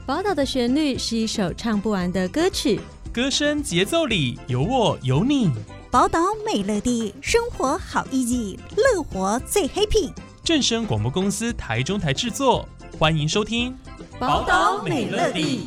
宝岛的旋律是一首唱不完的歌曲， 歌声节奏里有我有你。 宝岛美乐地，生活好easy，乐活最 happy。 正声广播公司台中台制作，欢迎收听宝岛美乐地。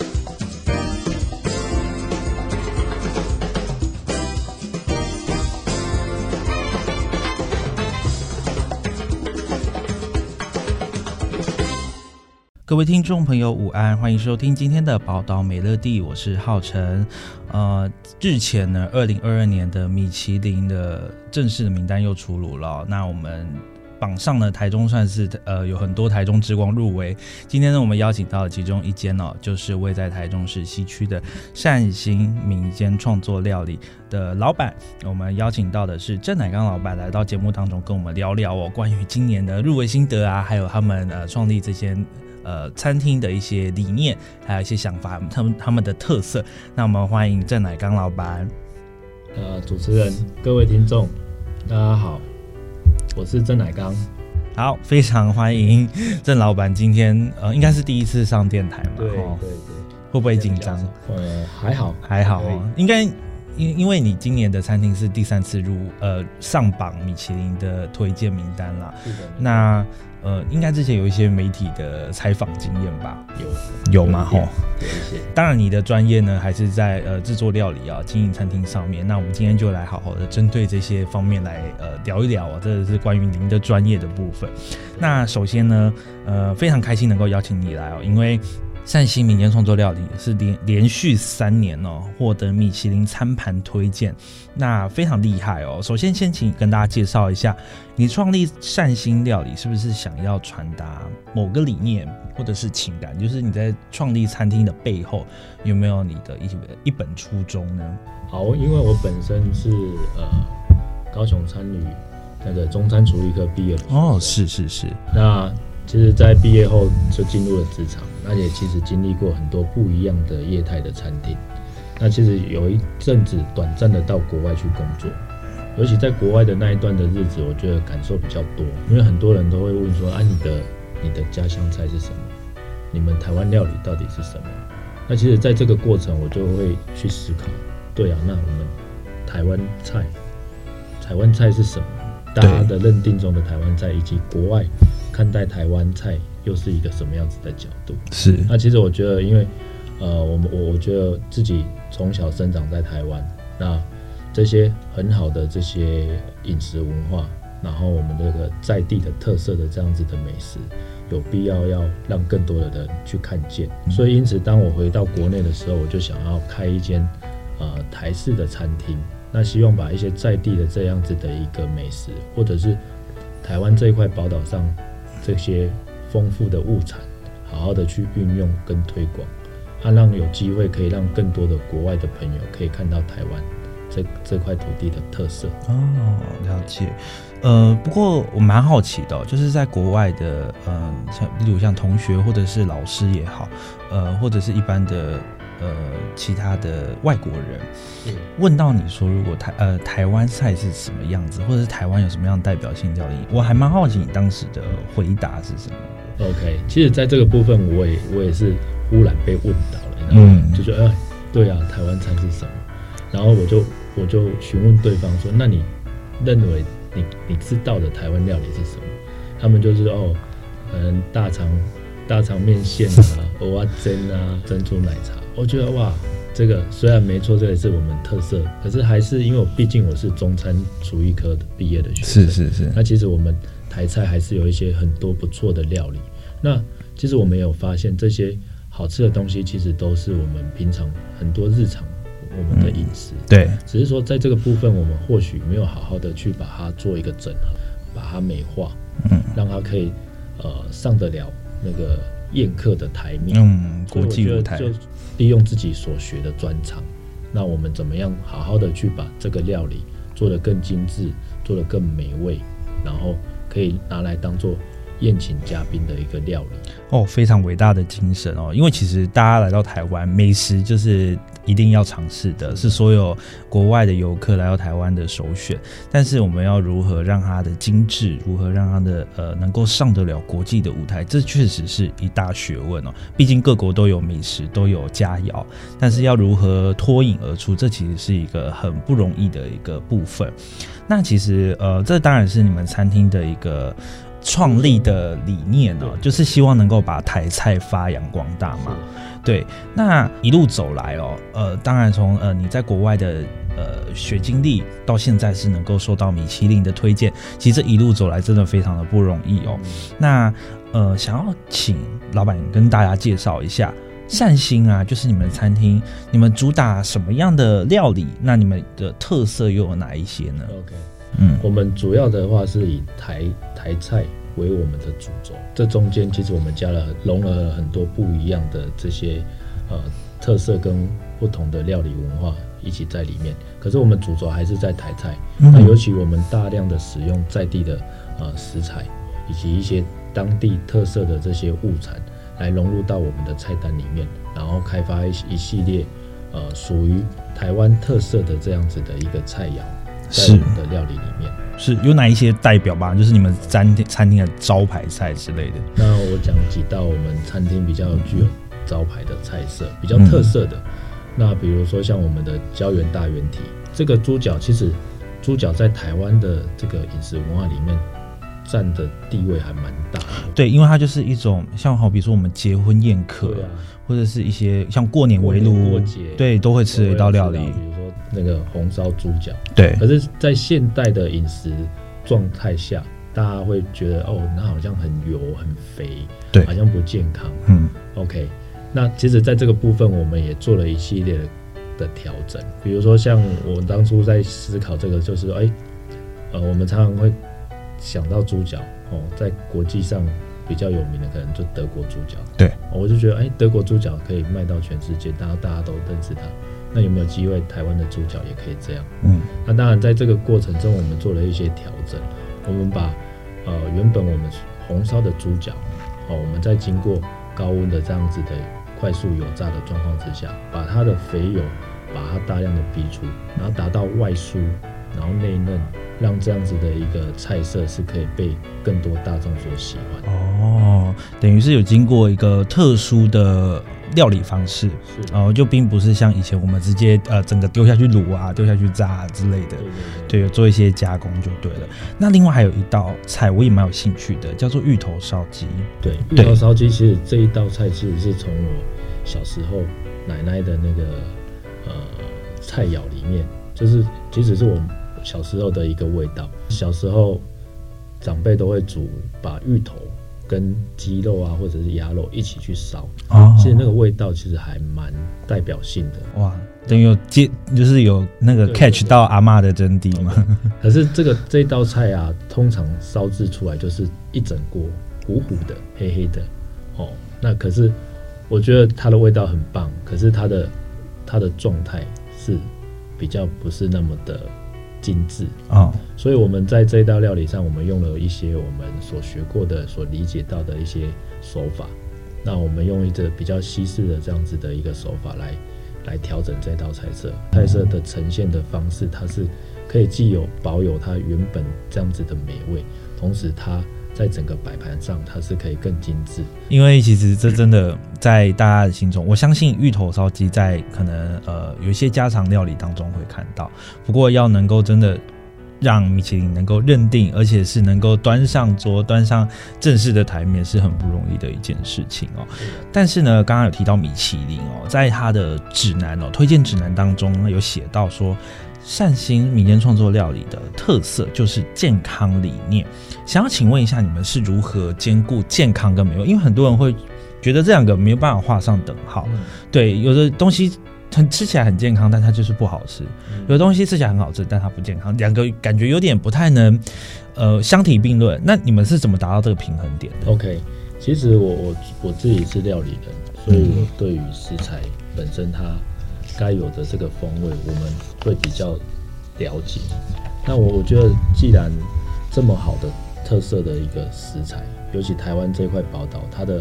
各位听众朋友午安，欢迎收听今天的宝岛美乐地，我是浩辰。日前呢，2022年的米其林的正式的名单又出炉了。那我们榜上呢，台中算是有很多台中之光入围。今天呢，我们邀请到了其中一间就是位在台中市西区的善心民间创作料理的老板。我们邀请到的是郑乃刚老板来到节目当中，跟我们聊聊关于今年的入围心得啊，还有他们创立这些餐厅的一些理念，还有一些想法，他们的特色。那我们欢迎郑乃刚老板。 主持人，各位听众，大家好，我是郑乃刚。 好，非常欢迎郑老板。今天应该是第一次上电台嘛？ 对， 会不会紧张？还好应该。因为你今年的餐厅是第3次上榜米其林的推荐名单啦。那应该之前有一些媒体的采访经验吧？有吗？有一些。 当然，你的专业呢还是在制作料理啊、经营餐厅上面。那我们今天就来好好的针对这些方面来聊一聊这是关于您的专业的部分。那首先呢，非常开心能够邀请你来因为善心民间创作料理是连续3年获得米其林餐盘推荐，那非常厉害首先先请你跟大家介绍一下，你创立善心料理是不是想要传达某个理念或者是情感？就是你在创立餐厅的背后有没有你的一本初衷呢？ 好，因为我本身是高雄餐旅那个中餐厨艺科毕业的是。 那其实在毕业后就进入了职场，那也其实经历过很多不一样的业态的餐厅。那其实有一阵子短暂的到国外去工作，尤其在国外的那一段的日子，我觉得感受比较多，因为很多人都会问说你的家乡菜是什么？你们台湾料理到底是什么？那其实在这个过程我就会去思考，对啊，那我们台湾菜是什么？大家的认定中的台湾菜，以及国外看待台湾菜又是一个什么样子的角度？是。那其实我觉得，因为我觉得自己从小生长在台湾，那这些很好的这些饮食文化，然后我们这个在地的特色的这样子的美食，有必要让更多的人去看见。所以因此，当我回到国内的时候，我就想要开一间台式的餐厅。那希望把一些在地的这样子的一个美食，或者是台湾这一块宝岛上这些丰富的物产，好好的去运用跟推广，让有机会可以让更多的国外的朋友可以看到台湾这块土地的特色。 了解。不过我蛮好奇的就是在国外的例如像同学或者是老师也好，或者是一般的其他的外国人问到你说，如果台湾菜是什么样子，或者是台湾有什么样的代表性料理，我还蛮好奇你当时的回答是什么。 OK， 其实在这个部分我也是忽然被问到了，就说对啊，台湾菜是什么？然后我就询问对方说，那你认为你知道的台湾料理是什么？他们就是大肠面线啊，蚵仔煎啊，珍珠奶茶。我觉得哇，这个虽然没错，这也是我们特色，可是还是因为毕竟我是中餐厨艺科毕业的学生，是。那其实我们台菜还是有一些很多不错的料理。那其实我们有发现，这些好吃的东西其实都是我们平常很多日常我们的饮食， 对。 只是说在这个部分，我们或许没有好好的去把它做一个整合，把它美化，让它可以上得了那个宴客的台面， 国际舞台。 就利用自己所学的专长，那我们怎么样好好的去把这个料理做得更精致，做得更美味，然后可以拿来当做宴请嘉宾的一个料理。 非常伟大的精神哦！因为其实大家来到台湾，美食就是一定要尝试的，是所有国外的游客来到台湾的首选。但是我们要如何让它的精致，如何让它的能够上得了国际的舞台，这确实是一大学问哦。毕竟各国都有美食，都有佳肴，但是要如何脱颖而出，这其实是一个很不容易的一个部分。那其实这当然是你们餐厅的一个创立的理念哦，就是希望能够把台菜发扬光大嘛。对，那一路走来当然从你在国外的学经历到现在是能够受到米其林的推荐，其实这一路走来真的非常的不容易哦。那想要请老板跟大家介绍一下善心啊，就是你们餐厅，你们主打什么样的料理？那你们的特色又有哪一些呢 ？OK， 我们主要的话是以台菜为我们的主轴，这中间其实我们融合了很多不一样的这些特色跟不同的料理文化一起在里面。可是我们主轴还是在台菜，那尤其我们大量的使用在地的食材，以及一些当地特色的这些物产，来融入到我们的菜单里面，然后开发一系列属于台湾特色的这样子的一个菜肴，在我们的料理里面。 是有哪一些代表吧？就是你们餐厅的招牌菜之类的。 那我讲几道我们餐厅比较具有招牌的菜色，比较特色的。那比如说像我们的椒盐大圆蹄，这个猪脚，其实猪脚在台湾的这个饮食文化里面占的地位还蛮大的。 对，因为它就是一种像好比说我们结婚宴客，或者是一些像过年围炉，对，都会吃的一道料理。 比如说那个红烧猪脚， 对。可是，在现代的饮食状态下，大家会觉得那好像很油、很肥， 对， 好像不健康。OK， 那其实在这个部分，我们也做了一系列的调整。比如说，像我当初在思考这个，就是我们常常会想到猪脚在国际上比较有名的可能就德国猪脚， 对， 我就觉得德国猪脚可以卖到全世界，大家都认识它。那有没有机会台湾的猪脚也可以这样？那当然在这个过程中，我们做了一些调整。我们把原本我们红烧的猪脚，我们在经过高温的这样子的快速油炸的状况之下，把它的肥油把它大量的逼出，然后达到外酥，然后内嫩，让这样子的一个菜色是可以被更多大众所喜欢。 等于是有经过一个特殊的料理方式，就并不是像以前我们直接整个丢下去卤啊、丢下去炸啊之类的，对，有做一些加工就对了。那另外还有一道菜我也蛮有兴趣的，叫做芋头烧鸡。 对，芋头烧鸡其实这一道菜其实是从我小时候奶奶的那个菜肴里面，就是其实是我小时候的一个味道。小时候长辈都会把芋头跟鸡肉啊或者是鸭肉一起去烧，其实那个味道其实还蛮代表性的。哇， 等于就是有那个 catch 到阿嬷的真谛嘛。 可是这一道菜啊，通常烧制出来就是一整锅糊糊的、黑黑的那可是我觉得它的味道很棒，可是它的状态是比较不是那么的精致所以我们在这一道料理上，我们用了一些我们所学过的、所理解到的一些手法。那我们用一个比较西式的这样子的一个手法来调整这道菜色。菜色的呈现的方式，它是可以既保有它原本这样子的美味，同时它在整个摆盘上，它是可以更精致。 因为其实这真的在大家的心中，我相信芋头烧鸡在可能有一些家常料理当中会看到，不过要能够真的让米其林能够认定，而且是能够端上桌、端上正式的台面，是很不容易的一件事情但是呢，刚刚有提到米其林在它的指南推荐指南当中有写到说，善心民间创作料理的特色就是健康理念。想要请问一下，你们是如何兼顾健康跟美味？因为很多人会觉得这两个没有办法画上等号。对，有的东西吃起来很健康，但它就是不好吃；有的东西吃起来很好吃，但它不健康，两个感觉有点不太能相提并论。那你们是怎么达到这个平衡点的 ？OK， 其实我自己是料理人，所以我对于食材本身它该有的这个风味，我们会比较了解。那我觉得，既然这么好的特色的一个食材，尤其台湾这块宝岛，它的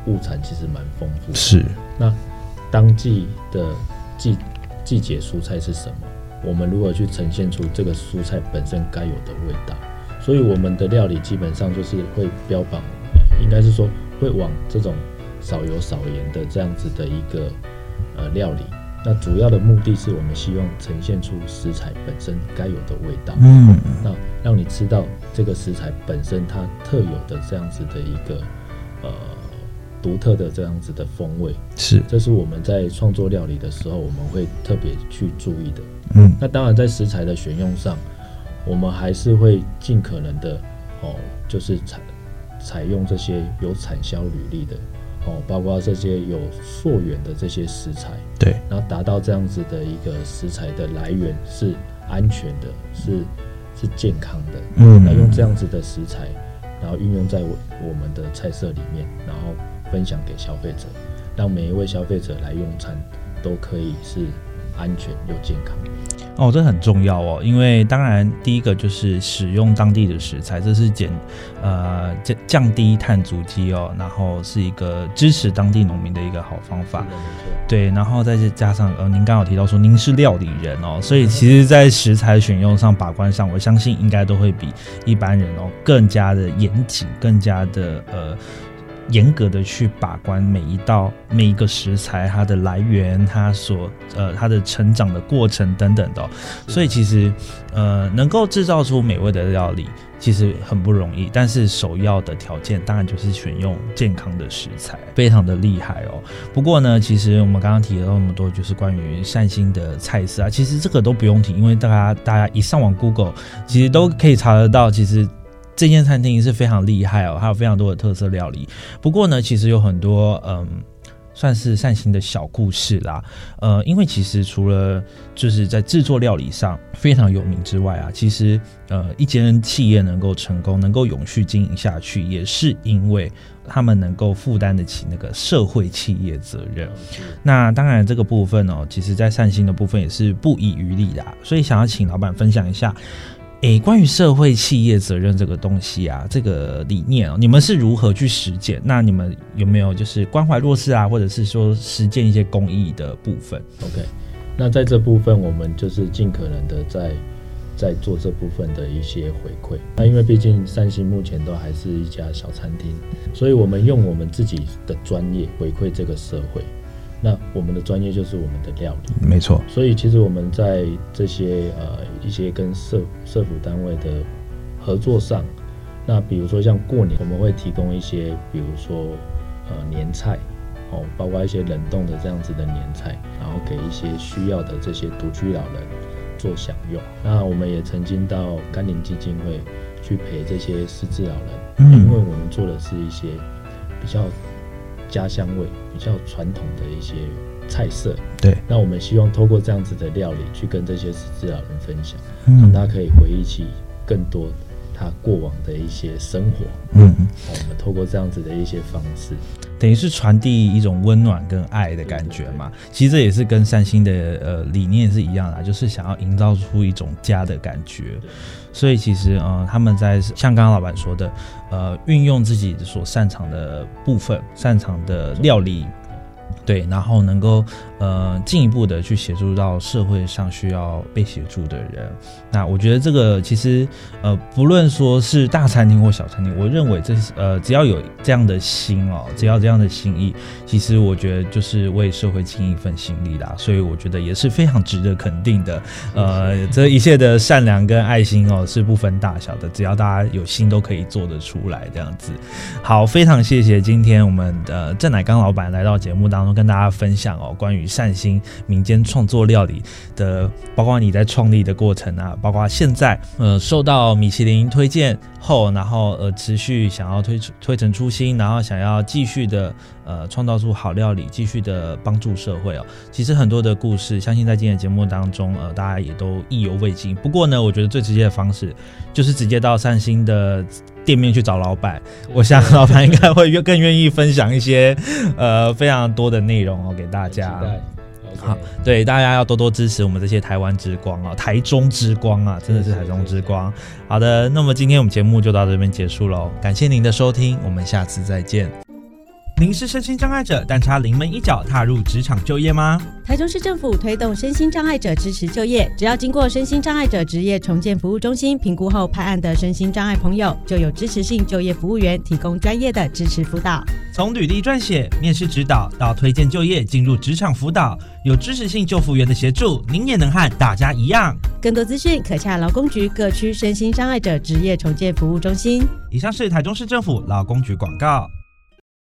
物产其实蛮丰富的。 是。 那当季的季节蔬菜是什么？我们如何去呈现出这个蔬菜本身该有的味道？所以我们的料理基本上就是会标榜，应该是说会往这种少油少盐的这样子的一个料理。那主要的目的是我们希望呈现出食材本身该有的味道，那让你吃到这个食材本身它特有的这样子的一个独特的这样子的风味。 是， 这是我们在创作料理的时候我们会特别去注意的。那当然在食材的选用上，我们还是会尽可能的就是采用这些有产销履历的包括这些有溯源的这些食材， 对， 然后达到这样子的一个食材的来源是安全的，是健康的。那用这样子的食材，然后运用在我们的菜色里面，然后分享给消费者，让每一位消费者来用餐都可以是安全又健康。 这很重要哦，因为当然第一个就是使用当地的食材，这是降低碳足迹然后是一个支持当地农民的一个好方法。对，然后再加上您刚刚有提到说您是料理人所以其实在食材选用上把关上，我相信应该都会比一般人更加的严谨，更加的严格的去把关每一个食材它的来源，它的成长的过程等等的所以其实能够制造出美味的料理其实很不容易，但是首要的条件当然就是选用健康的食材，非常的厉害不过呢，其实我们刚刚提了那么多就是关于善心的菜色其实这个都不用提，因为大家一上网 Google 其实都可以查得到，其实这间餐厅是非常厉害还有非常多的特色料理。不过呢，其实有很多算是善心的小故事啦。因为其实除了就是在制作料理上非常有名之外其实一间企业能够成功，能够永续经营下去，也是因为他们能够负担得起那个社会企业责任。那当然这个部分其实在善心的部分也是不遗余力的所以想要请老板分享一下关于社会企业责任这个东西这个理念你们是如何去实践？那你们有没有就是关怀弱势或者是说实践一些公益的部分 ？OK， 那在这部分我们就是尽可能的在做这部分的一些回馈。那因为毕竟善心目前都还是一家小餐厅，所以我们用我们自己的专业回馈这个社会。那我们的专业就是我们的料理， 没错。 所以其实我们在这些一些跟社福单位的合作上，那比如说像过年，我们会提供一些，比如说年菜包括一些冷冻的这样子的年菜，然后给一些需要的这些独居老人做享用。那我们也曾经到甘霖基金会去陪这些失智老人，因为我们做的是一些比较家乡味、比较传统的一些菜色。 对， 那我们希望透过这样子的料理去跟这些失智老人分享，让他可以回忆起更多他过往的一些生活。我们透过这样子的一些方式， 等于是传递一种温暖跟爱的感觉嘛。其实这也是跟善心的理念是一样的，就是想要营造出一种家的感觉。所以其实他们在像刚刚老板说的运用自己所擅长的部分，擅长的料理，对，然后能够进一步的去协助到社会上需要被协助的人。那我觉得这个其实不论说是大餐厅或小餐厅，我认为只要有这样的心只要这样的心意，其实我觉得就是为社会尽一份心力啦。所以我觉得也是非常值得肯定的。这一切的善良跟爱心是不分大小的，只要大家有心都可以做得出来这样子。好，非常谢谢今天我们的郑乃刚老板来到节目当中跟大家分享关于善心民间创作料理的，包括你在创立的过程包括现在受到米其林推荐后，然后持续想要推陈出新，然后想要继续的创造出好料理，继续的帮助社会其实很多的故事，相信在今天的节目当中大家也都意犹未尽。不过呢，我觉得最直接的方式就是直接到善心的店面去找老板，我想老板应该会更愿意分享一些非常多的内容给大家。好，对，大家要多多支持我们这些台湾之光台中之光真的是台中之光。好的，那么今天我们节目就到这边结束咯，感谢您的收听，我们下次再见。 您是身心障碍者，但差临门一脚踏入职场就业吗？ 台中市政府推动身心障碍者支持就业，只要经过身心障碍者职业重建服务中心评估后派案的身心障碍朋友，就有支持性就业服务员提供专业的支持辅导。 从履历撰写、面试指导到推荐就业、进入职场辅导，有支持性就服员的协助，您也能和大家一样。 更多资讯可洽劳工局各区身心障碍者职业重建服务中心。 以上是台中市政府劳工局广告。